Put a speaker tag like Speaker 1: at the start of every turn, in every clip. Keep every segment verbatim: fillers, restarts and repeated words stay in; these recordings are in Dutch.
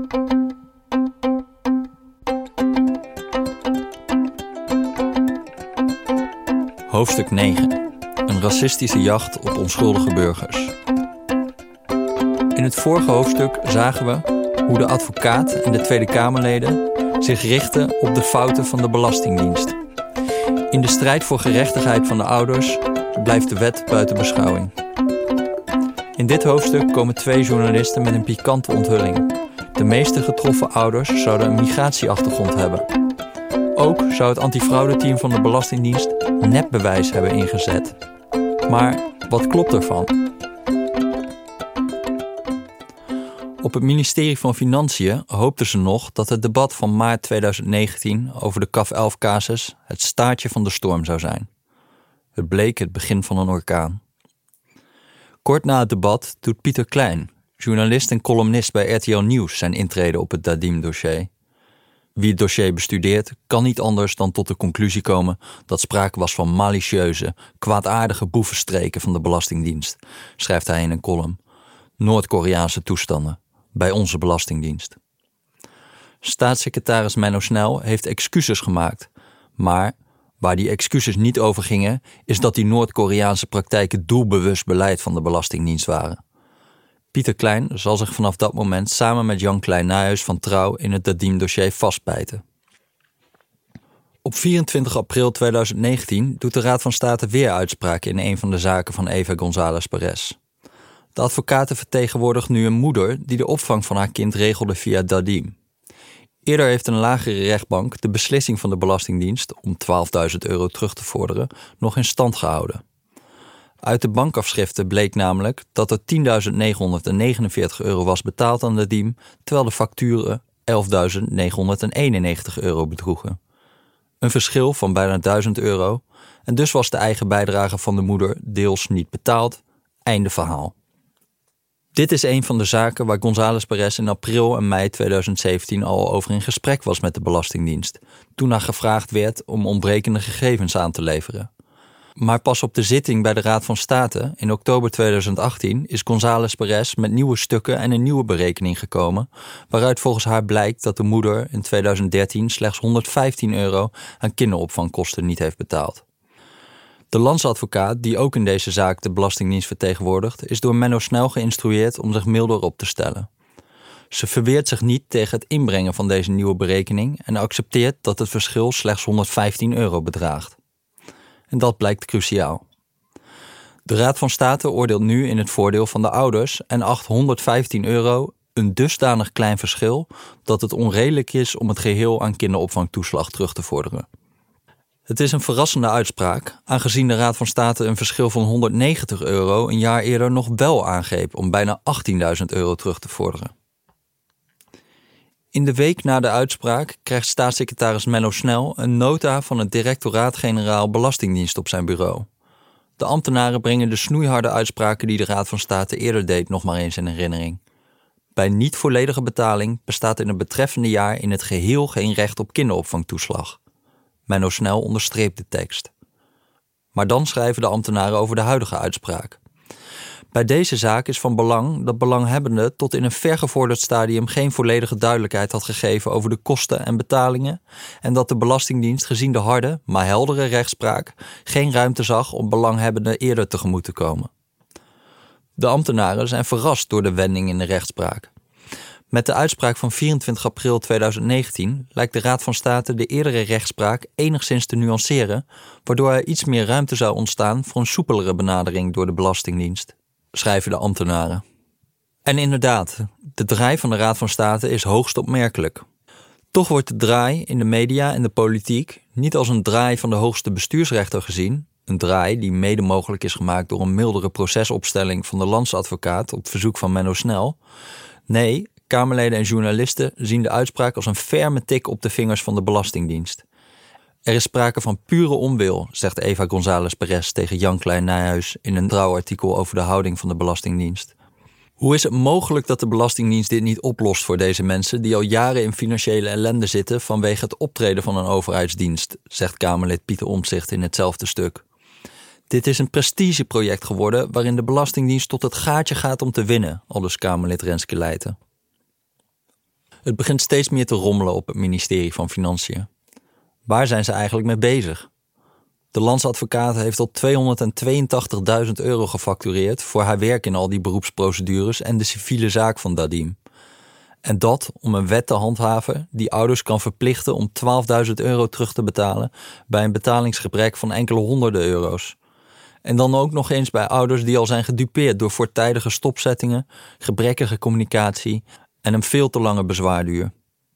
Speaker 1: Hoofdstuk negen. Een racistische jacht op onschuldige burgers. In het vorige hoofdstuk zagen we hoe de advocaat en de Tweede Kamerleden zich richten op de fouten van de Belastingdienst. In de strijd voor gerechtigheid van de ouders blijft de wet buiten beschouwing. In dit hoofdstuk komen twee journalisten met een pikante onthulling. De meeste getroffen ouders zouden een migratieachtergrond hebben. Ook zou het antifraudeteam van de Belastingdienst nepbewijs hebben ingezet. Maar wat klopt ervan? Op het ministerie van Financiën hoopten ze nog dat het debat van maart tweeduizend negentien over de K A F elf casus het staartje van de storm zou zijn. Het bleek het begin van een orkaan. Kort na het debat doet Pieter Klein, journalist en columnist bij R T L Nieuws, zijn intrede op het Dadim-dossier. Wie het dossier bestudeert, kan niet anders dan tot de conclusie komen dat sprake was van malicieuze, kwaadaardige boevenstreken van de Belastingdienst, schrijft hij in een column. Noord-Koreaanse toestanden bij onze Belastingdienst. Staatssecretaris Menno Snel heeft excuses gemaakt, maar waar die excuses niet over gingen, is dat die Noord-Koreaanse praktijken doelbewust beleid van de Belastingdienst waren. Pieter Klein zal zich vanaf dat moment samen met Jan Klein Nijhuis van Trouw in het Dadim-dossier vastbijten. Op vierentwintig april tweeduizend negentien doet de Raad van State weer uitspraken in een van de zaken van Eva González Perez. De advocaten vertegenwoordigt nu een moeder die de opvang van haar kind regelde via Dadim. Eerder heeft een lagere rechtbank de beslissing van de Belastingdienst om twaalfduizend euro terug te vorderen nog in stand gehouden. Uit de bankafschriften bleek namelijk dat er tienduizend negenhonderdnegenenveertig euro was betaald aan Dadim, terwijl de facturen elfduizend negenhonderdeenennegentig euro bedroegen. Een verschil van bijna duizend euro en dus was de eigen bijdrage van de moeder deels niet betaald. Einde verhaal. Dit is een van de zaken waar González Perez in april en mei tweeduizend zeventien al over in gesprek was met de Belastingdienst, toen haar gevraagd werd om ontbrekende gegevens aan te leveren. Maar pas op de zitting bij de Raad van State in oktober tweeduizend achttien is González Perez met nieuwe stukken en een nieuwe berekening gekomen, waaruit volgens haar blijkt dat de moeder in tweeduizend dertien slechts honderdvijftien euro aan kinderopvangkosten niet heeft betaald. De landsadvocaat, die ook in deze zaak de Belastingdienst vertegenwoordigt, is door Menno Snel geïnstrueerd om zich milder op te stellen. Ze verweert zich niet tegen het inbrengen van deze nieuwe berekening en accepteert dat het verschil slechts honderdvijftien euro bedraagt. En dat blijkt cruciaal. De Raad van State oordeelt nu in het voordeel van de ouders en acht honderdvijftien euro een dusdanig klein verschil dat het onredelijk is om het geheel aan kinderopvangtoeslag terug te vorderen. Het is een verrassende uitspraak, aangezien de Raad van State een verschil van honderdnegentig euro een jaar eerder nog wel aangreep om bijna achttienduizend euro terug te vorderen. In de week na de uitspraak krijgt staatssecretaris Menno Snel een nota van het Directoraat-Generaal Belastingdienst op zijn bureau. De ambtenaren brengen de snoeiharde uitspraken die de Raad van State eerder deed nog maar eens in herinnering. Bij niet volledige betaling bestaat in het betreffende jaar in het geheel geen recht op kinderopvangtoeslag. Menno Snel onderstreept de tekst. Maar dan schrijven de ambtenaren over de huidige uitspraak. Bij deze zaak is van belang dat belanghebbende tot in een vergevorderd stadium geen volledige duidelijkheid had gegeven over de kosten en betalingen en dat de Belastingdienst gezien de harde, maar heldere rechtspraak geen ruimte zag om belanghebbenden eerder tegemoet te komen. De ambtenaren zijn verrast door de wending in de rechtspraak. Met de uitspraak van vierentwintig april tweeduizend negentien lijkt de Raad van State de eerdere rechtspraak enigszins te nuanceren, waardoor er iets meer ruimte zou ontstaan voor een soepelere benadering door de Belastingdienst, schrijven de ambtenaren. En inderdaad, de draai van de Raad van State is hoogst opmerkelijk. Toch wordt de draai in de media en de politiek niet als een draai van de hoogste bestuursrechter gezien, een draai die mede mogelijk is gemaakt door een mildere procesopstelling van de landsadvocaat op verzoek van Menno Snel. Nee, Kamerleden en journalisten zien de uitspraak als een ferme tik op de vingers van de Belastingdienst. Er is sprake van pure onwil, zegt Eva González Perez tegen Jan Klein Nijhuis in een Trouw-artikel over de houding van de Belastingdienst. Hoe is het mogelijk dat de Belastingdienst dit niet oplost voor deze mensen die al jaren in financiële ellende zitten vanwege het optreden van een overheidsdienst, zegt Kamerlid Pieter Omtzigt in hetzelfde stuk. Dit is een prestigeproject geworden waarin de Belastingdienst tot het gaatje gaat om te winnen, aldus Kamerlid Renske Leijten. Het begint steeds meer te rommelen op het ministerie van Financiën. Waar zijn ze eigenlijk mee bezig? De landsadvocaat heeft al tweehonderdtweeëntachtigduizend euro gefactureerd voor haar werk in al die beroepsprocedures en de civiele zaak van Dadim. En dat om een wet te handhaven die ouders kan verplichten om twaalfduizend euro terug te betalen bij een betalingsgebrek van enkele honderden euro's. En dan ook nog eens bij ouders die al zijn gedupeerd door voortijdige stopzettingen, gebrekkige communicatie en een veel te lange bezwaarduur.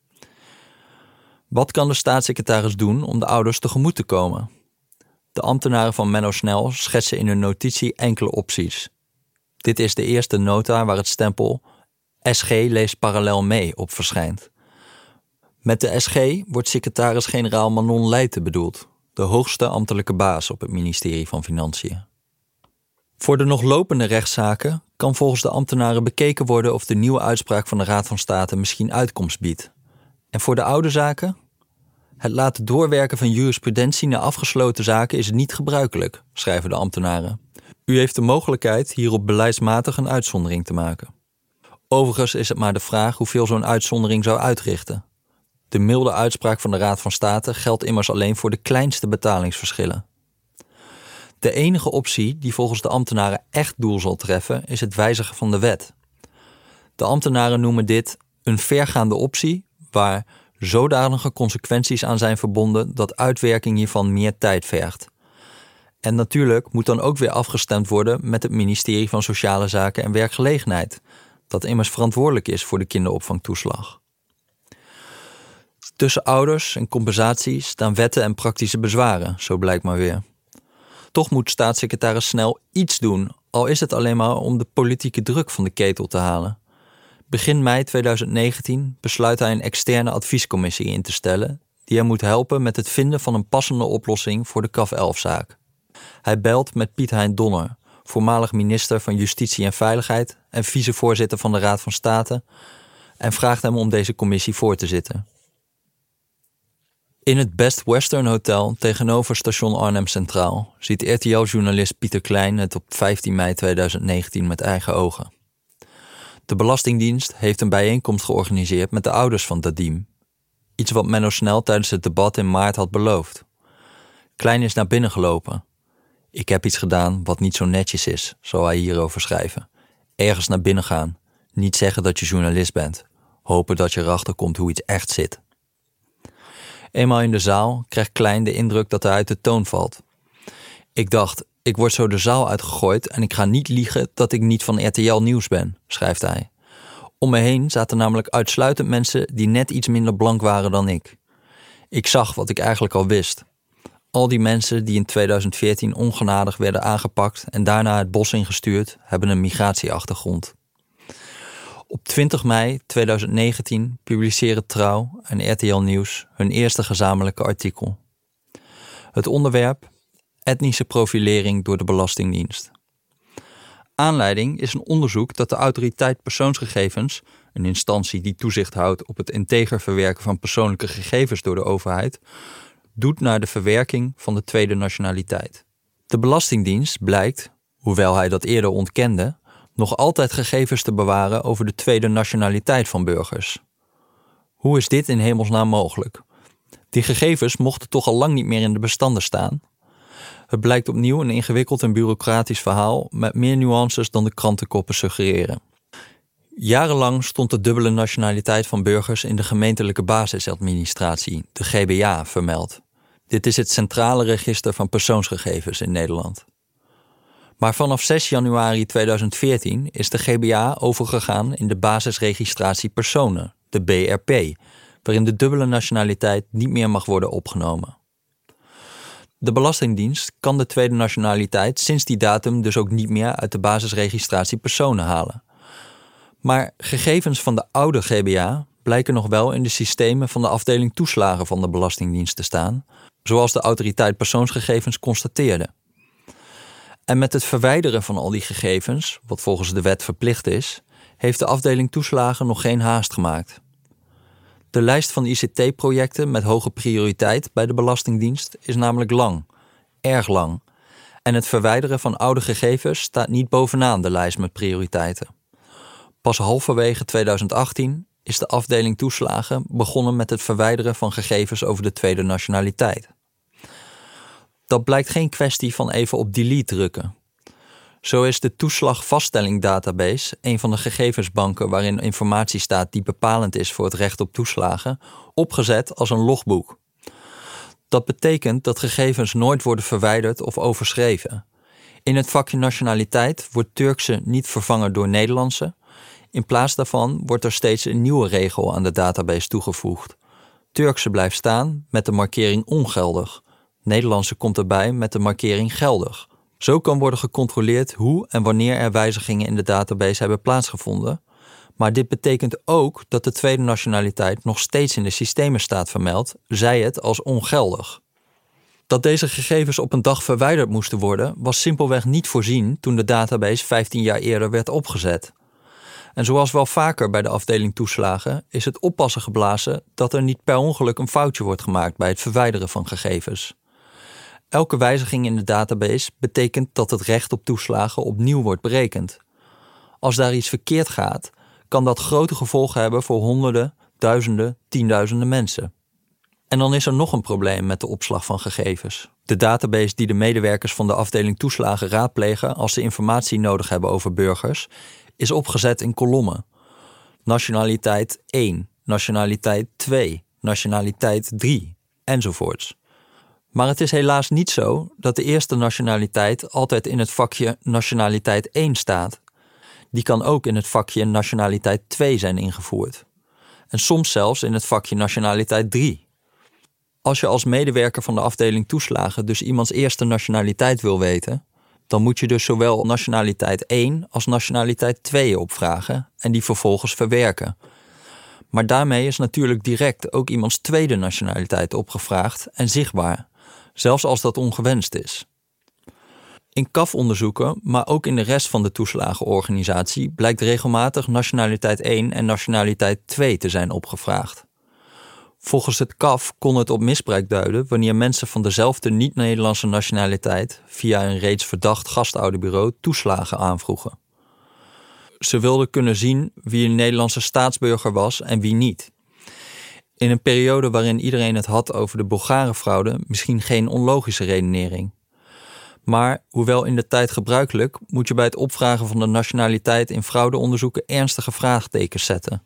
Speaker 1: Wat kan de staatssecretaris doen om de ouders tegemoet te komen? De ambtenaren van Menno Snel schetsen in hun notitie enkele opties. Dit is de eerste nota waar het stempel S G leest parallel mee op verschijnt. Met de S G wordt secretaris-generaal Manon Leijten bedoeld, de hoogste ambtelijke baas op het ministerie van Financiën. Voor de nog lopende rechtszaken kan volgens de ambtenaren bekeken worden of de nieuwe uitspraak van de Raad van State misschien uitkomst biedt. En voor de oude zaken? Het laten doorwerken van jurisprudentie naar afgesloten zaken is niet gebruikelijk, schrijven de ambtenaren. U heeft de mogelijkheid hierop beleidsmatig een uitzondering te maken. Overigens is het maar de vraag hoeveel zo'n uitzondering zou uitrichten. De milde uitspraak van de Raad van State geldt immers alleen voor de kleinste betalingsverschillen. De enige optie die volgens de ambtenaren echt doel zal treffen is het wijzigen van de wet. De ambtenaren noemen dit een vergaande optie waar zodanige consequenties aan zijn verbonden dat uitwerking hiervan meer tijd vergt. En natuurlijk moet dan ook weer afgestemd worden met het ministerie van Sociale Zaken en Werkgelegenheid, dat immers verantwoordelijk is voor de kinderopvangtoeslag. Tussen ouders en compensatie staan wetten en praktische bezwaren, zo blijkt maar weer. Toch moet staatssecretaris Snel iets doen, al is het alleen maar om de politieke druk van de ketel te halen. Begin mei tweeduizend negentien besluit hij een externe adviescommissie in te stellen die hem moet helpen met het vinden van een passende oplossing voor de K A F elf-zaak. Hij belt met Piet Hein Donner, voormalig minister van Justitie en Veiligheid en vicevoorzitter van de Raad van State, en vraagt hem om deze commissie voor te zitten. In het Best Western Hotel tegenover station Arnhem Centraal ziet R T L-journalist Pieter Klein het op vijftien mei tweeduizend negentien met eigen ogen. De Belastingdienst heeft een bijeenkomst georganiseerd met de ouders van Dadim. Iets wat Menno Snel tijdens het debat in maart had beloofd. Klein is naar binnen gelopen. Ik heb iets gedaan wat niet zo netjes is, zal hij hierover schrijven. Ergens naar binnen gaan. Niet zeggen dat je journalist bent. Hopen dat je erachter komt hoe iets echt zit. Eenmaal in de zaal krijgt Klein de indruk dat hij uit de toon valt. Ik dacht, ik word zo de zaal uitgegooid en ik ga niet liegen dat ik niet van R T L Nieuws ben, schrijft hij. Om me heen zaten namelijk uitsluitend mensen die net iets minder blank waren dan ik. Ik zag wat ik eigenlijk al wist. Al die mensen die in tweeduizend veertien ongenadig werden aangepakt en daarna het bos ingestuurd, hebben een migratieachtergrond. Op twintig mei tweeduizend negentien publiceren Trouw en R T L Nieuws hun eerste gezamenlijke artikel. Het onderwerp: etnische profilering door de Belastingdienst. Aanleiding is een onderzoek dat de Autoriteit Persoonsgegevens, een instantie die toezicht houdt op het integer verwerken van persoonlijke gegevens door de overheid, doet naar de verwerking van de tweede nationaliteit. De Belastingdienst blijkt, hoewel hij dat eerder ontkende, nog altijd gegevens te bewaren over de tweede nationaliteit van burgers. Hoe is dit in hemelsnaam mogelijk? Die gegevens mochten toch al lang niet meer in de bestanden staan? Het blijkt opnieuw een ingewikkeld en bureaucratisch verhaal met meer nuances dan de krantenkoppen suggereren. Jarenlang stond de dubbele nationaliteit van burgers in de gemeentelijke basisadministratie, de G B A, vermeld. Dit is het centrale register van persoonsgegevens in Nederland. Maar vanaf zes januari tweeduizend veertien is de G B A overgegaan in de basisregistratie personen, de B R P, waarin de dubbele nationaliteit niet meer mag worden opgenomen. De Belastingdienst kan de tweede nationaliteit sinds die datum dus ook niet meer uit de basisregistratie personen halen. Maar gegevens van de oude G B A blijken nog wel in de systemen van de afdeling toeslagen van de Belastingdienst te staan, zoals de Autoriteit Persoonsgegevens constateerde. En met het verwijderen van al die gegevens, wat volgens de wet verplicht is, heeft de afdeling toeslagen nog geen haast gemaakt. De lijst van I C T-projecten met hoge prioriteit bij de Belastingdienst is namelijk lang, erg lang. En het verwijderen van oude gegevens staat niet bovenaan de lijst met prioriteiten. Pas halverwege tweeduizend achttien is de afdeling toeslagen begonnen met het verwijderen van gegevens over de tweede nationaliteit. Dat blijkt geen kwestie van even op delete drukken. Zo is de toeslagvaststelling database een van de gegevensbanken waarin informatie staat die bepalend is voor het recht op toeslagen, opgezet als een logboek. Dat betekent dat gegevens nooit worden verwijderd of overschreven. In het vakje nationaliteit wordt Turkse niet vervangen door Nederlandse. In plaats daarvan wordt er steeds een nieuwe regel aan de database toegevoegd. Turkse blijft staan met de markering ongeldig. Nederlandse komt erbij met de markering geldig. Zo kan worden gecontroleerd hoe en wanneer er wijzigingen in de database hebben plaatsgevonden. Maar dit betekent ook dat de tweede nationaliteit nog steeds in de systemen staat vermeld, zij het als ongeldig. Dat deze gegevens op een dag verwijderd moesten worden, was simpelweg niet voorzien toen de database vijftien jaar eerder werd opgezet. En zoals wel vaker bij de afdeling toeslagen, is het oppassen geblazen dat er niet per ongeluk een foutje wordt gemaakt bij het verwijderen van gegevens. Elke wijziging in de database betekent dat het recht op toeslagen opnieuw wordt berekend. Als daar iets verkeerd gaat, kan dat grote gevolgen hebben voor honderden, duizenden, tienduizenden mensen. En dan is er nog een probleem met de opslag van gegevens. De database die de medewerkers van de afdeling toeslagen raadplegen als ze informatie nodig hebben over burgers, is opgezet in kolommen. Nationaliteit één, nationaliteit twee, nationaliteit drie, enzovoorts. Maar het is helaas niet zo dat de eerste nationaliteit altijd in het vakje nationaliteit één staat. Die kan ook in het vakje nationaliteit twee zijn ingevoerd. En soms zelfs in het vakje nationaliteit drie. Als je als medewerker van de afdeling toeslagen dus iemands eerste nationaliteit wil weten, dan moet je dus zowel nationaliteit één als nationaliteit twee opvragen en die vervolgens verwerken. Maar daarmee is natuurlijk direct ook iemands tweede nationaliteit opgevraagd en zichtbaar, zelfs als dat ongewenst is. In C A F-onderzoeken, maar ook in de rest van de toeslagenorganisatie, blijkt regelmatig nationaliteit één en nationaliteit twee te zijn opgevraagd. Volgens het C A F kon het op misbruik duiden wanneer mensen van dezelfde niet-Nederlandse nationaliteit via een reeds verdacht gastouderbureau toeslagen aanvroegen. Ze wilden kunnen zien wie een Nederlandse staatsburger was en wie niet. In een periode waarin iedereen het had over de Bulgarenfraude misschien geen onlogische redenering. Maar, hoewel in de tijd gebruikelijk, moet je bij het opvragen van de nationaliteit in fraudeonderzoeken ernstige vraagtekens zetten.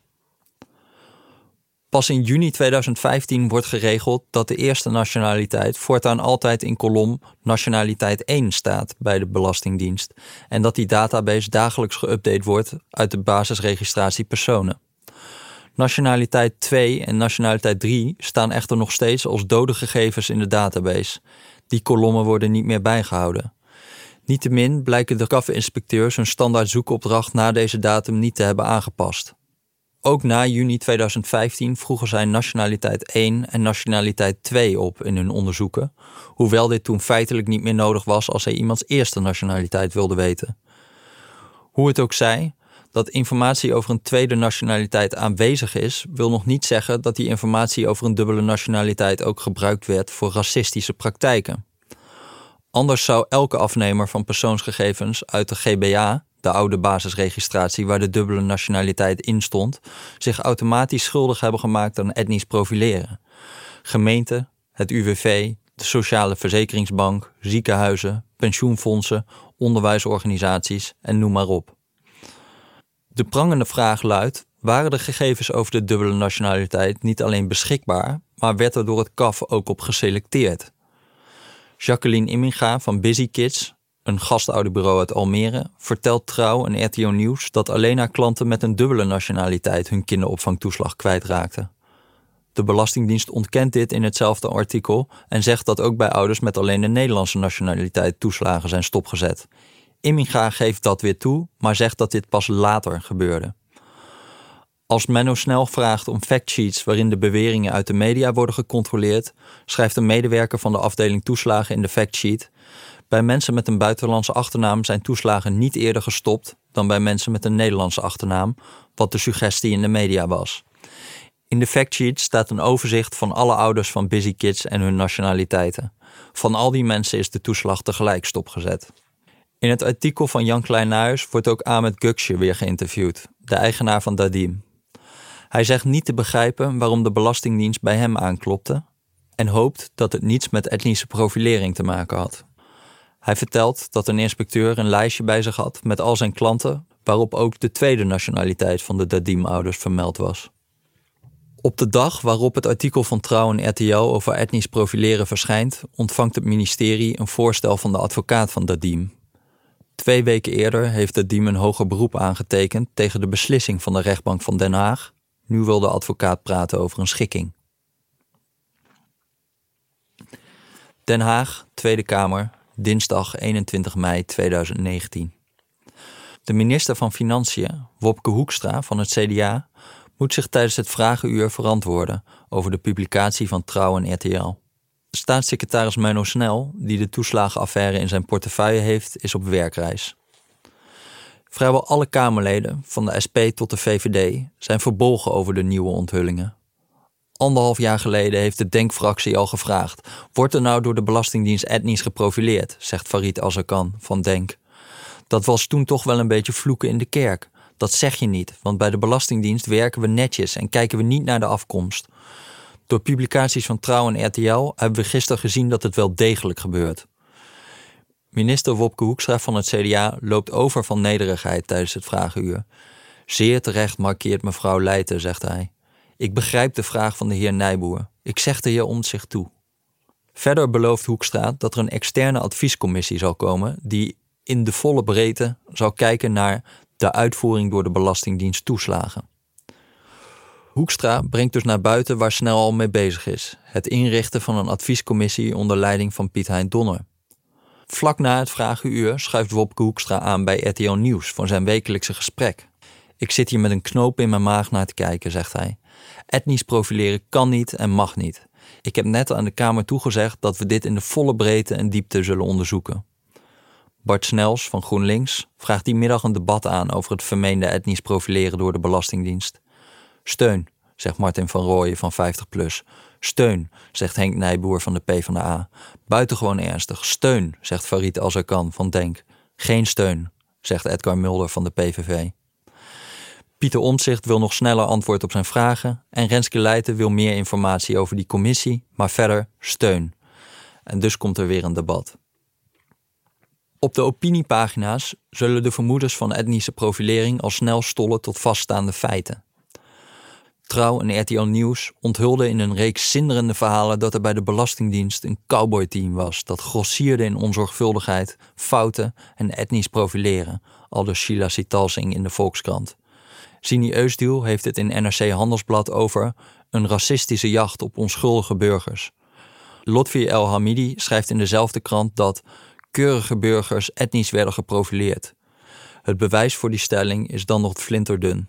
Speaker 1: Pas in juni tweeduizend vijftien wordt geregeld dat de eerste nationaliteit voortaan altijd in kolom nationaliteit één staat bij de Belastingdienst en dat die database dagelijks geüpdate wordt uit de basisregistratie personen. Nationaliteit twee en nationaliteit drie staan echter nog steeds als dode gegevens in de database. Die kolommen worden niet meer bijgehouden. Niettemin blijken de C A F-inspecteurs hun standaard zoekopdracht na deze datum niet te hebben aangepast. Ook na juni tweeduizend vijftien vroegen zij nationaliteit één en nationaliteit twee op in hun onderzoeken, hoewel dit toen feitelijk niet meer nodig was als zij iemands eerste nationaliteit wilden weten. Hoe het ook zij, dat informatie over een tweede nationaliteit aanwezig is, wil nog niet zeggen dat die informatie over een dubbele nationaliteit ook gebruikt werd voor racistische praktijken. Anders zou elke afnemer van persoonsgegevens uit de G B A, de oude basisregistratie waar de dubbele nationaliteit in stond, zich automatisch schuldig hebben gemaakt aan etnisch profileren. Gemeenten, het U W V, de Sociale Verzekeringsbank, ziekenhuizen, pensioenfondsen, onderwijsorganisaties en noem maar op. De prangende vraag luidt: waren de gegevens over de dubbele nationaliteit niet alleen beschikbaar, maar werd er door het C A F ook op geselecteerd? Jacqueline Imminga van Busy Kids, een gastouderbureau uit Almere, vertelt Trouw en R T O Nieuws dat alleen haar klanten met een dubbele nationaliteit hun kinderopvangtoeslag kwijtraakten. De Belastingdienst ontkent dit in hetzelfde artikel en zegt dat ook bij ouders met alleen de Nederlandse nationaliteit toeslagen zijn stopgezet. Imminga geeft dat weer toe, maar zegt dat dit pas later gebeurde. Als Menno Snel vraagt om factsheets waarin de beweringen uit de media worden gecontroleerd, schrijft een medewerker van de afdeling toeslagen in de factsheet: bij mensen met een buitenlandse achternaam zijn toeslagen niet eerder gestopt dan bij mensen met een Nederlandse achternaam, wat de suggestie in de media was. In de factsheet staat een overzicht van alle ouders van Busy Kids en hun nationaliteiten. Van al die mensen is de toeslag tegelijk stopgezet. In het artikel van Jan Kleinhuis wordt ook Ahmet Gökçe weer geïnterviewd, de eigenaar van Dadim. Hij zegt niet te begrijpen waarom de Belastingdienst bij hem aanklopte en hoopt dat het niets met etnische profilering te maken had. Hij vertelt dat een inspecteur een lijstje bij zich had met al zijn klanten, waarop ook de tweede nationaliteit van de Dadim-ouders vermeld was. Op de dag waarop het artikel van Trouw en R T L over etnisch profileren verschijnt, ontvangt het ministerie een voorstel van de advocaat van Dadim. Twee weken eerder heeft Dadim een hoger beroep aangetekend tegen de beslissing van de rechtbank van Den Haag. Nu wil de advocaat praten over een schikking. Den Haag, Tweede Kamer, dinsdag eenentwintig mei tweeduizend negentien. De minister van Financiën, Wopke Hoekstra van het C D A, moet zich tijdens het vragenuur verantwoorden over de publicatie van Trouw en R T L. Staatssecretaris Menno Snel, die de toeslagenaffaire in zijn portefeuille heeft, is op werkreis. Vrijwel alle Kamerleden, van de S P tot de V V D, zijn verbolgen over de nieuwe onthullingen. Anderhalf jaar geleden heeft de Denk-fractie al gevraagd: wordt er nou door de Belastingdienst etnisch geprofileerd, zegt Farid Azarkan van Denk. Dat was toen toch wel een beetje vloeken in de kerk. Dat zeg je niet, want bij de Belastingdienst werken we netjes en kijken we niet naar de afkomst. Door publicaties van Trouw en R T L hebben we gisteren gezien dat het wel degelijk gebeurt. Minister Wopke Hoekstra van het C D A loopt over van nederigheid tijdens het vragenuur. Zeer terecht markeert mevrouw Leijten, zegt hij. Ik begrijp de vraag van de heer Nijboer. Ik zeg de heer Omtzigt toe. Verder belooft Hoekstra dat er een externe adviescommissie zal komen die in de volle breedte zal kijken naar de uitvoering door de Belastingdienst toeslagen. Hoekstra brengt dus naar buiten waar Snel al mee bezig is: het inrichten van een adviescommissie onder leiding van Piet-Hein Donner. Vlak na het vragenuur schuift Wopke Hoekstra aan bij R T L Nieuws voor zijn wekelijkse gesprek. Ik zit hier met een knoop in mijn maag naar te kijken, zegt hij. Etnisch profileren kan niet en mag niet. Ik heb net aan de Kamer toegezegd dat we dit in de volle breedte en diepte zullen onderzoeken. Bart Snels van GroenLinks vraagt die middag een debat aan over het vermeende etnisch profileren door de Belastingdienst. Steun, zegt Martin van Rooyen van vijftig plus. Steun, zegt Henk Nijboer van de PvdA. Buitengewoon ernstig. Steun, zegt Farid Azarkan van Denk. Geen steun, zegt Edgar Mulder van de P V V. Pieter Omtzigt wil nog sneller antwoord op zijn vragen en Renske Leijten wil meer informatie over die commissie, maar verder steun. En dus komt er weer een debat. Op de opiniepagina's zullen de vermoedens van etnische profilering al snel stollen tot vaststaande feiten. Trouw en R T L Nieuws onthulden in een reeks zinderende verhalen dat er bij de Belastingdienst een cowboyteam was dat grossierde in onzorgvuldigheid, fouten en etnisch profileren, aldus Sheila Sitalsing in de Volkskrant. Sini Eusdiel heeft het in N R C Handelsblad over een racistische jacht op onschuldige burgers. Lotfi El Hamidi schrijft in dezelfde krant dat keurige burgers etnisch werden geprofileerd. Het bewijs voor die stelling is dan nog flinterdun.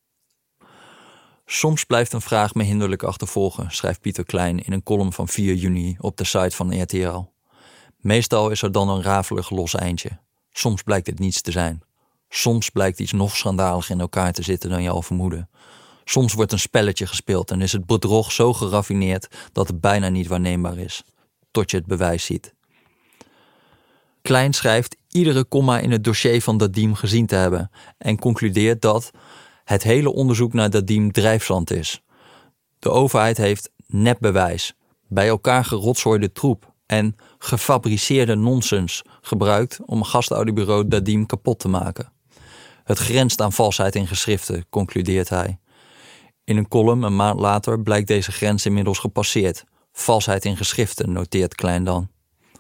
Speaker 1: Soms blijft een vraag me hinderlijk achtervolgen, schrijft Pieter Klein in een column van vier juni op de site van R T L. Meestal is er dan een rafelig los eindje. Soms blijkt het niets te zijn. Soms blijkt iets nog schandaliger in elkaar te zitten dan je al vermoedde. Soms wordt een spelletje gespeeld en is het bedrog zo geraffineerd dat het bijna niet waarneembaar is. Tot je het bewijs ziet. Klein schrijft iedere komma in het dossier van Dadim gezien te hebben en concludeert dat het hele onderzoek naar Dadim drijfzand is. De overheid heeft nepbewijs, bij elkaar gerotzooide troep en gefabriceerde nonsens gebruikt om gastaudiobureau Dadim kapot te maken. Het grenst aan valsheid in geschriften, concludeert hij. In een column een maand later blijkt deze grens inmiddels gepasseerd. Valsheid in geschriften, noteert Klein dan.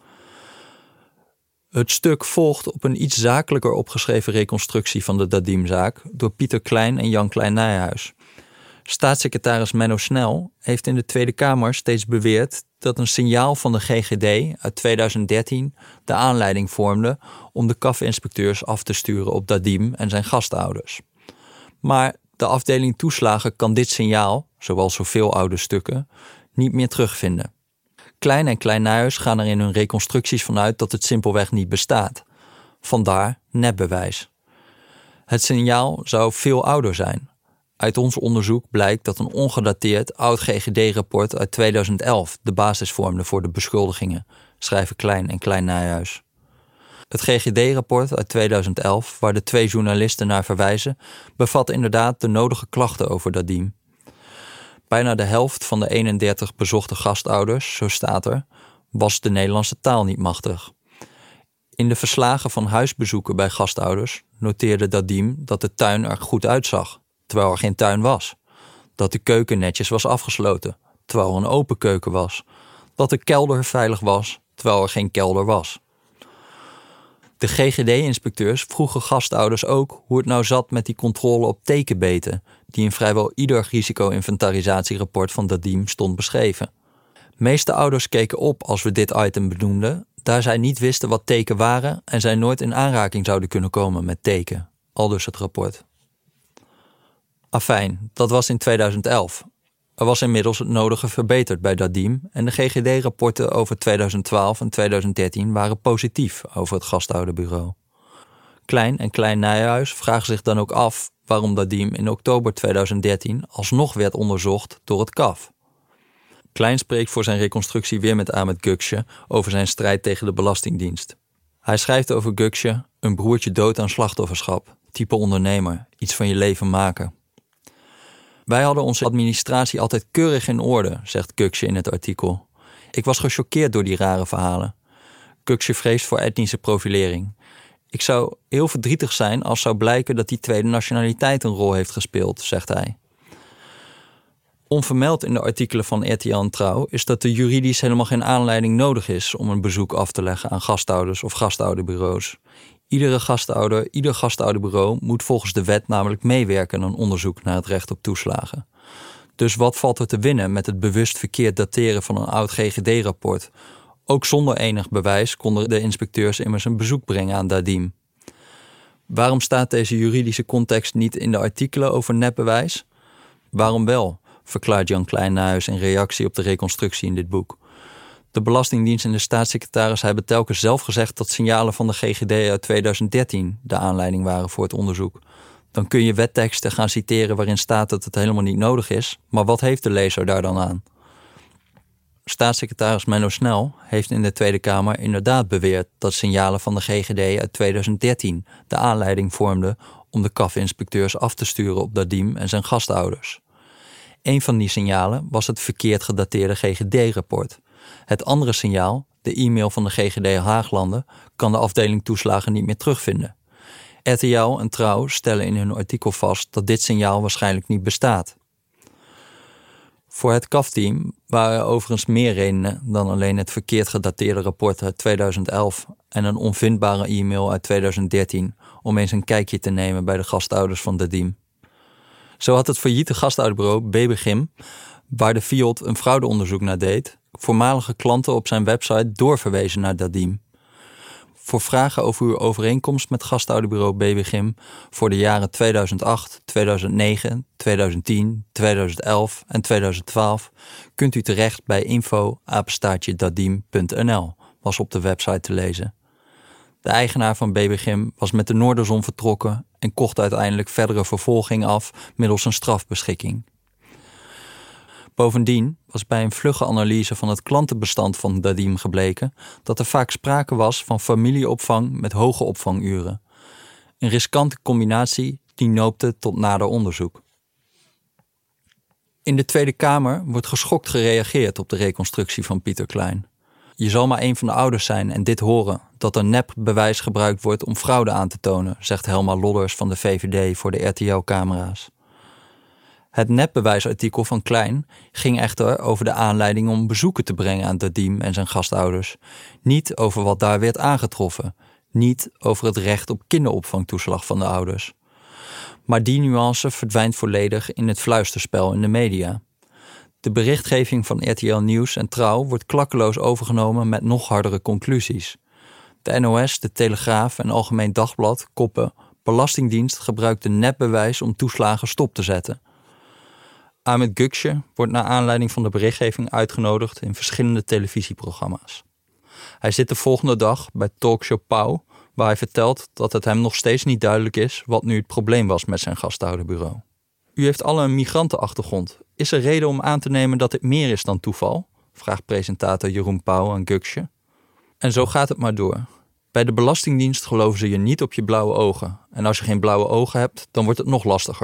Speaker 1: Het stuk volgt op een iets zakelijker opgeschreven reconstructie van de Dadim-zaak door Pieter Klein en Jan Klein-Nijhuis. Staatssecretaris Menno Snel heeft in de Tweede Kamer steeds beweerd dat een signaal van de G G D uit tweeduizend dertien de aanleiding vormde om de K A F-inspecteurs af te sturen op Dadim en zijn gastouders. Maar de afdeling toeslagen kan dit signaal, zoals zoveel oude stukken, niet meer terugvinden. Klein en Klein-Nijhuis gaan er in hun reconstructies vanuit dat het simpelweg niet bestaat. Vandaar nepbewijs. Het signaal zou veel ouder zijn. Uit ons onderzoek blijkt dat een ongedateerd oud G G D-rapport uit tweeduizend elf de basis vormde voor de beschuldigingen, schrijven Klein en Klein-Nijhuis. Het G G D-rapport uit tweeduizend elf, waar de twee journalisten naar verwijzen, bevat inderdaad de nodige klachten over Dadim. Bijna de helft van de eenendertig bezochte gastouders, zo staat er, was de Nederlandse taal niet machtig. In de verslagen van huisbezoeken bij gastouders noteerde Dadim dat de tuin er goed uitzag, terwijl er geen tuin was. Dat de keuken netjes was afgesloten, terwijl er een open keuken was. Dat de kelder veilig was, terwijl er geen kelder was. De G G D-inspecteurs vroegen gastouders ook hoe het nou zat met die controle op tekenbeten, die in vrijwel ieder risico-inventarisatierapport van Dadim stond beschreven. Meeste ouders keken op als we dit item benoemden, daar zij niet wisten wat teken waren en zij nooit in aanraking zouden kunnen komen met teken, aldus het rapport. Afijn, dat was in tweeduizend elf. Er was inmiddels het nodige verbeterd bij Dadim en de G G D-rapporten over tweeduizend twaalf en tweeduizend dertien waren positief over het gasthouderbureau. Klein en Klein Nijhuis vragen zich dan ook af waarom Dadim in oktober tweeduizend dertien alsnog werd onderzocht door het K A F. Klein spreekt voor zijn reconstructie weer met Ahmet Gökçe over zijn strijd tegen de Belastingdienst. Hij schrijft over Gökçe, een broertje dood aan slachtofferschap, type ondernemer, iets van je leven maken. Wij hadden onze administratie altijd keurig in orde, zegt Gökçe in het artikel. Ik was gechoqueerd door die rare verhalen. Gökçe vreest voor etnische profilering. Ik zou heel verdrietig zijn als zou blijken dat die tweede nationaliteit een rol heeft gespeeld, zegt hij. Onvermeld in de artikelen van R T L en Trouw is dat er juridisch helemaal geen aanleiding nodig is om een bezoek af te leggen aan gastouders of gastouderbureaus. Iedere gastouder, ieder gastouderbureau moet volgens de wet namelijk meewerken aan onderzoek naar het recht op toeslagen. Dus wat valt er te winnen met het bewust verkeerd dateren van een oud G G D-rapport? Ook zonder enig bewijs konden de inspecteurs immers een bezoek brengen aan Dadim. Waarom staat deze juridische context niet in de artikelen over nepbewijs? Waarom wel, verklaart Jan Klein Nijhuis in reactie op de reconstructie in dit boek. De Belastingdienst en de staatssecretaris hebben telkens zelf gezegd dat signalen van de G G D uit tweeduizend dertien de aanleiding waren voor het onderzoek. Dan kun je wetteksten gaan citeren waarin staat dat het helemaal niet nodig is, maar wat heeft de lezer daar dan aan? Staatssecretaris Menno Snel heeft in de Tweede Kamer inderdaad beweerd dat signalen van de G G D uit tweeduizend dertien de aanleiding vormden om de K A F-inspecteurs af te sturen op Dadim en zijn gastouders. Een van die signalen was het verkeerd gedateerde G G D-rapport. Het andere signaal, de e-mail van de G G D Haaglanden, kan de afdeling toeslagen niet meer terugvinden. R T L en Trouw stellen in hun artikel vast dat dit signaal waarschijnlijk niet bestaat. Voor het K A F-team waren er overigens meer redenen dan alleen het verkeerd gedateerde rapport uit tweeduizend elf en een onvindbare e-mail uit tweeduizend dertien om eens een kijkje te nemen bij de gastouders van Dadim. Zo had het failliete gastouderbureau Babygym, waar de Fiat een fraudeonderzoek naar deed, voormalige klanten op zijn website doorverwezen naar Dadim. Voor vragen over uw overeenkomst met gastouderbureau Babygym voor de jaren tweeduizend acht, tweeduizend negen, tweeduizend tien, tweeduizend elf en tweeduizend twaalf kunt u terecht bij info apenstaartje dadim punt n l, was op de website te lezen. De eigenaar van Babygym was met de Noorderzon vertrokken en kocht uiteindelijk verdere vervolging af middels een strafbeschikking. Bovendien was bij een vlugge analyse van het klantenbestand van Dadim gebleken dat er vaak sprake was van familieopvang met hoge opvanguren. Een riskante combinatie die noopte tot nader onderzoek. In de Tweede Kamer wordt geschokt gereageerd op de reconstructie van Pieter Klein. Je zal maar een van de ouders zijn en dit horen, dat er nepbewijs gebruikt wordt om fraude aan te tonen, zegt Helma Lodders van de V V D voor de R T L-camera's. Het nepbewijsartikel van Klein ging echter over de aanleiding om bezoeken te brengen aan Dadim en zijn gastouders. Niet over wat daar werd aangetroffen. Niet over het recht op kinderopvangtoeslag van de ouders. Maar die nuance verdwijnt volledig in het fluisterspel in de media. De berichtgeving van R T L Nieuws en Trouw wordt klakkeloos overgenomen met nog hardere conclusies. De N O S, de Telegraaf en Algemeen Dagblad koppen: Belastingdienst gebruikt de nepbewijs om toeslagen stop te zetten. Ahmet Gökçe wordt naar aanleiding van de berichtgeving uitgenodigd in verschillende televisieprogramma's. Hij zit de volgende dag bij Talkshow Pauw, waar hij vertelt dat het hem nog steeds niet duidelijk is wat nu het probleem was met zijn gastouderbureau. U heeft alle een migrantenachtergrond. Is er reden om aan te nemen dat dit meer is dan toeval? Vraagt presentator Jeroen Pauw aan Gökçe. En zo gaat het maar door. Bij de Belastingdienst geloven ze je niet op je blauwe ogen. En als je geen blauwe ogen hebt, dan wordt het nog lastiger.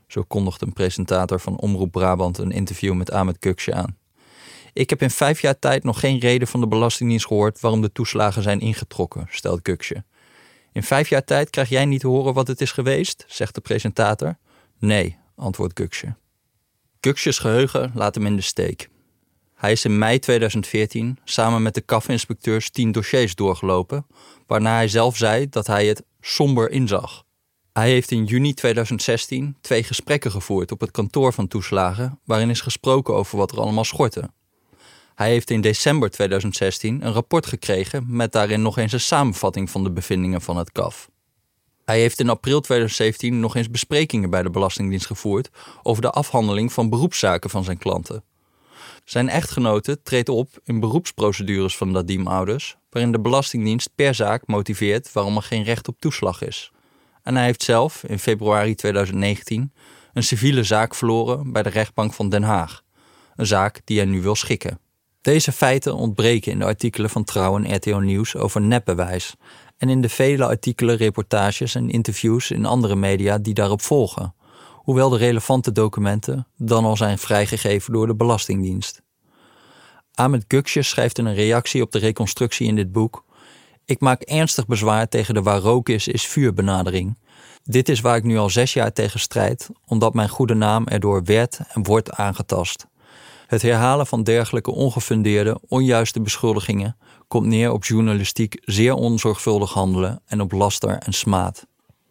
Speaker 1: Zo kondigde een presentator van Omroep Brabant een interview met Ahmed Gökçe aan. Ik heb in vijf jaar tijd nog geen reden van de Belastingdienst gehoord waarom de toeslagen zijn ingetrokken, stelt Gökçe. In vijf jaar tijd krijg jij niet te horen wat het is geweest, zegt de presentator. Nee, antwoordt Gökçe. Gökçe's geheugen laat hem in de steek. Hij is in mei tweeduizend veertien samen met de K A F-inspecteurs tien dossiers doorgelopen, waarna hij zelf zei dat hij het somber inzag. Hij heeft in juni tweeduizend zestien twee gesprekken gevoerd op het kantoor van toeslagen, waarin is gesproken over wat er allemaal schortte. Hij heeft in december tweeduizend zestien een rapport gekregen met daarin nog eens een samenvatting van de bevindingen van het K A F. Hij heeft in april tweeduizend zeventien nog eens besprekingen bij de Belastingdienst gevoerd over de afhandeling van beroepszaken van zijn klanten. Zijn echtgenote treedt op in beroepsprocedures van Dadim-ouders, waarin de Belastingdienst per zaak motiveert waarom er geen recht op toeslag is. En hij heeft zelf in februari tweeduizend negentien een civiele zaak verloren bij de rechtbank van Den Haag. Een zaak die hij nu wil schikken. Deze feiten ontbreken in de artikelen van Trouw en R T L Nieuws over nepbewijs en in de vele artikelen, reportages en interviews in andere media die daarop volgen, hoewel de relevante documenten dan al zijn vrijgegeven door de Belastingdienst. Ahmed Gökçe schrijft in een reactie op de reconstructie in dit boek: Ik maak ernstig bezwaar tegen de waar rook is, is vuur benadering. Dit is waar ik nu al zes jaar tegen strijd, omdat mijn goede naam erdoor werd en wordt aangetast. Het herhalen van dergelijke ongefundeerde, onjuiste beschuldigingen komt neer op journalistiek zeer onzorgvuldig handelen en op laster en smaad.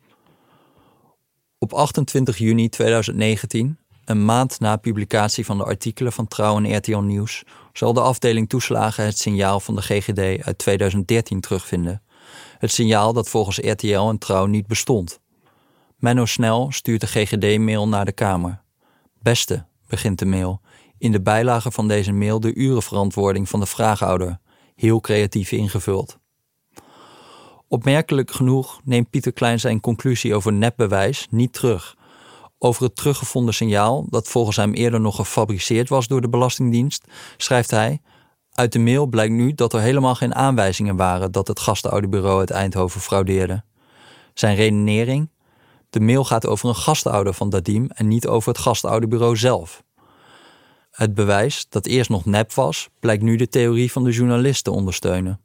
Speaker 1: Op achtentwintig juni tweeduizend negentien, een maand na publicatie van de artikelen van Trouw en R T L Nieuws, zal de afdeling toeslagen het signaal van de G G D uit tweeduizend dertien terugvinden. Het signaal dat volgens R T L en Trouw niet bestond. Menno Snel stuurt de G G D-mail naar de Kamer. Beste, begint de mail. In de bijlage van deze mail de urenverantwoording van de vraagouder. Heel creatief ingevuld. Opmerkelijk genoeg neemt Pieter Klein zijn conclusie over nepbewijs niet terug. Over het teruggevonden signaal, dat volgens hem eerder nog gefabriceerd was door de Belastingdienst, schrijft hij: Uit de mail blijkt nu dat er helemaal geen aanwijzingen waren dat het gastenouderbureau uit Eindhoven fraudeerde. Zijn redenering: de mail gaat over een gastouder van Dadim en niet over het gastouderbureau zelf. Het bewijs, dat eerst nog nep was, blijkt nu de theorie van de journalist te ondersteunen.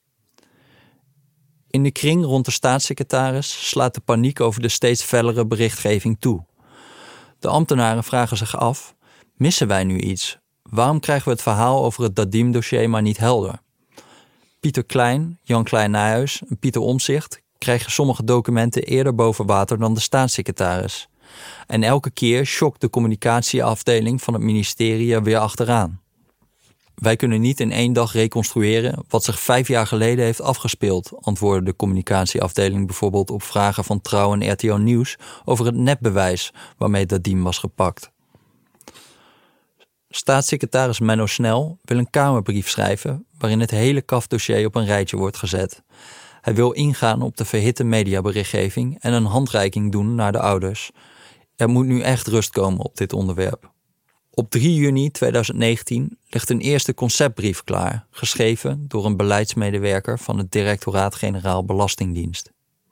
Speaker 1: In de kring rond de staatssecretaris slaat de paniek over de steeds fellere berichtgeving toe. De ambtenaren vragen zich af: missen wij nu iets? Waarom krijgen we het verhaal over het Dadim-dossier maar niet helder? Pieter Klein, Jan Klein-Nijhuis en Pieter Omtzigt krijgen sommige documenten eerder boven water dan de staatssecretaris. En elke keer schokt de communicatieafdeling van het ministerie er weer achteraan. Wij kunnen niet in één dag reconstrueren wat zich vijf jaar geleden heeft afgespeeld, antwoordde de communicatieafdeling bijvoorbeeld op vragen van Trouw en R T L Nieuws over het nepbewijs waarmee Dadim was gepakt. Staatssecretaris Menno Snel wil een Kamerbrief schrijven waarin het hele K A F-dossier op een rijtje wordt gezet. Hij wil ingaan op de verhitte mediaberichtgeving en een handreiking doen naar de ouders. Er moet nu echt rust komen op dit onderwerp. Op drie juni tweeduizend negentien ligt een eerste conceptbrief klaar, geschreven door een beleidsmedewerker van het Directoraat-Generaal Belastingdienst.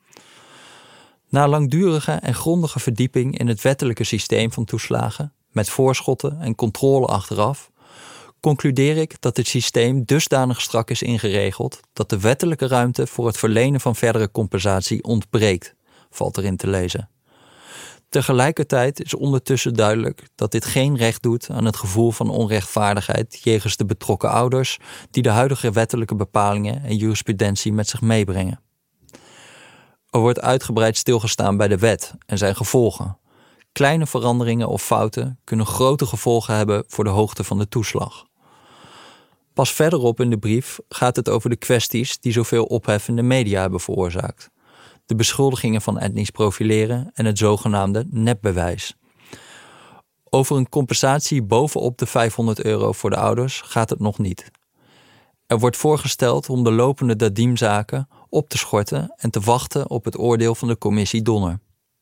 Speaker 1: Na langdurige en grondige verdieping in het wettelijke systeem van toeslagen, met voorschotten en controle achteraf, concludeer ik dat het systeem dusdanig strak is ingeregeld dat de wettelijke ruimte voor het verlenen van verdere compensatie ontbreekt, valt erin te lezen. Tegelijkertijd is ondertussen duidelijk dat dit geen recht doet aan het gevoel van onrechtvaardigheid jegens de betrokken ouders die de huidige wettelijke bepalingen en jurisprudentie met zich meebrengen. Er wordt uitgebreid stilgestaan bij de wet en zijn gevolgen. Kleine veranderingen of fouten kunnen grote gevolgen hebben voor de hoogte van de toeslag. Pas verderop in de brief gaat het over de kwesties die zoveel ophef in de media hebben veroorzaakt. De beschuldigingen van etnisch profileren en het zogenaamde nepbewijs. Over een compensatie bovenop de vijfhonderd euro voor de ouders gaat het nog niet. Er wordt voorgesteld om de lopende Dadim-zaken op te schorten en te wachten op het oordeel van de commissie Donner.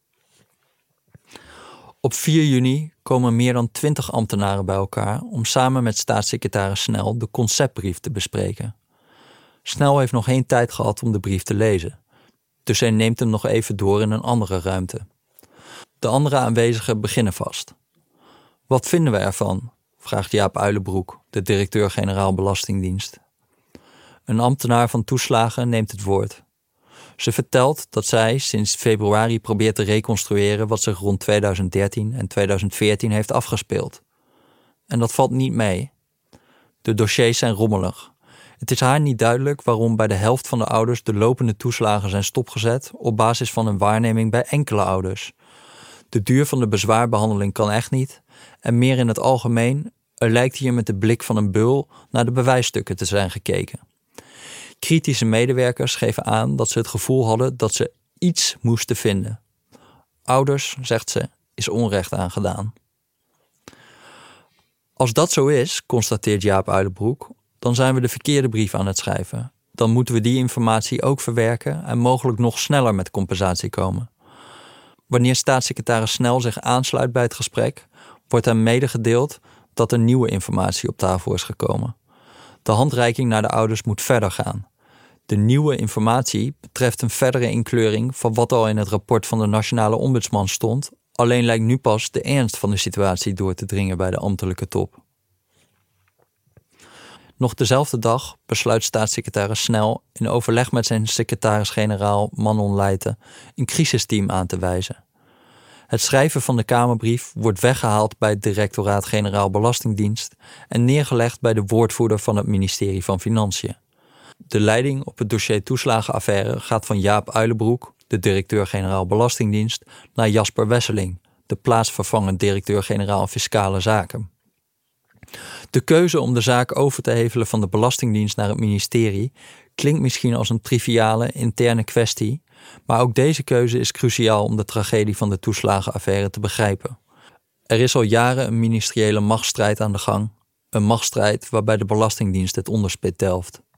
Speaker 1: Op vier juni komen meer dan twintig ambtenaren bij elkaar om samen met staatssecretaris Snel de conceptbrief te bespreken. Snel heeft nog geen tijd gehad om de brief te lezen, dus hij neemt hem nog even door in een andere ruimte. De andere aanwezigen beginnen vast. Wat vinden we ervan? Vraagt Jaap Uilenbroek, de directeur-generaal Belastingdienst. Een ambtenaar van toeslagen neemt het woord. Ze vertelt dat zij sinds februari probeert te reconstrueren wat zich rond tweeduizend dertien en tweeduizend veertien heeft afgespeeld. En dat valt niet mee. De dossiers zijn rommelig. Het is haar niet duidelijk waarom bij de helft van de ouders de lopende toeslagen zijn stopgezet op basis van een waarneming bij enkele ouders. De duur van de bezwaarbehandeling kan echt niet en meer in het algemeen, er lijkt hier met de blik van een beul naar de bewijsstukken te zijn gekeken. Kritische medewerkers geven aan dat ze het gevoel hadden dat ze iets moesten vinden. Ouders, zegt ze, is onrecht aangedaan. Als dat zo is, constateert Jaap Uilenbroek, dan zijn we de verkeerde brief aan het schrijven. Dan moeten we die informatie ook verwerken en mogelijk nog sneller met compensatie komen. Wanneer staatssecretaris Snel zich aansluit bij het gesprek, wordt hem medegedeeld dat er nieuwe informatie op tafel is gekomen. De handreiking naar de ouders moet verder gaan. De nieuwe informatie betreft een verdere inkleuring van wat al in het rapport van de Nationale Ombudsman stond, alleen lijkt nu pas de ernst van de situatie door te dringen bij de ambtelijke top. Nog dezelfde dag besluit staatssecretaris Snel in overleg met zijn secretaris-generaal Manon Leijten een crisisteam aan te wijzen. Het schrijven van de Kamerbrief wordt weggehaald bij het Directoraat-Generaal Belastingdienst en neergelegd bij de woordvoerder van het ministerie van Financiën. De leiding op het dossier toeslagenaffaire gaat van Jaap Uilenbroek, de directeur-generaal Belastingdienst, naar Jasper Wesseling, de plaatsvervangend directeur-generaal Fiscale Zaken. De keuze om de zaak over te hevelen van de Belastingdienst naar het ministerie klinkt misschien als een triviale interne kwestie, maar ook deze keuze is cruciaal om de tragedie van de toeslagenaffaire te begrijpen. Er is al jaren een ministeriële machtsstrijd aan de gang, een machtsstrijd waarbij de Belastingdienst het onderspit delft.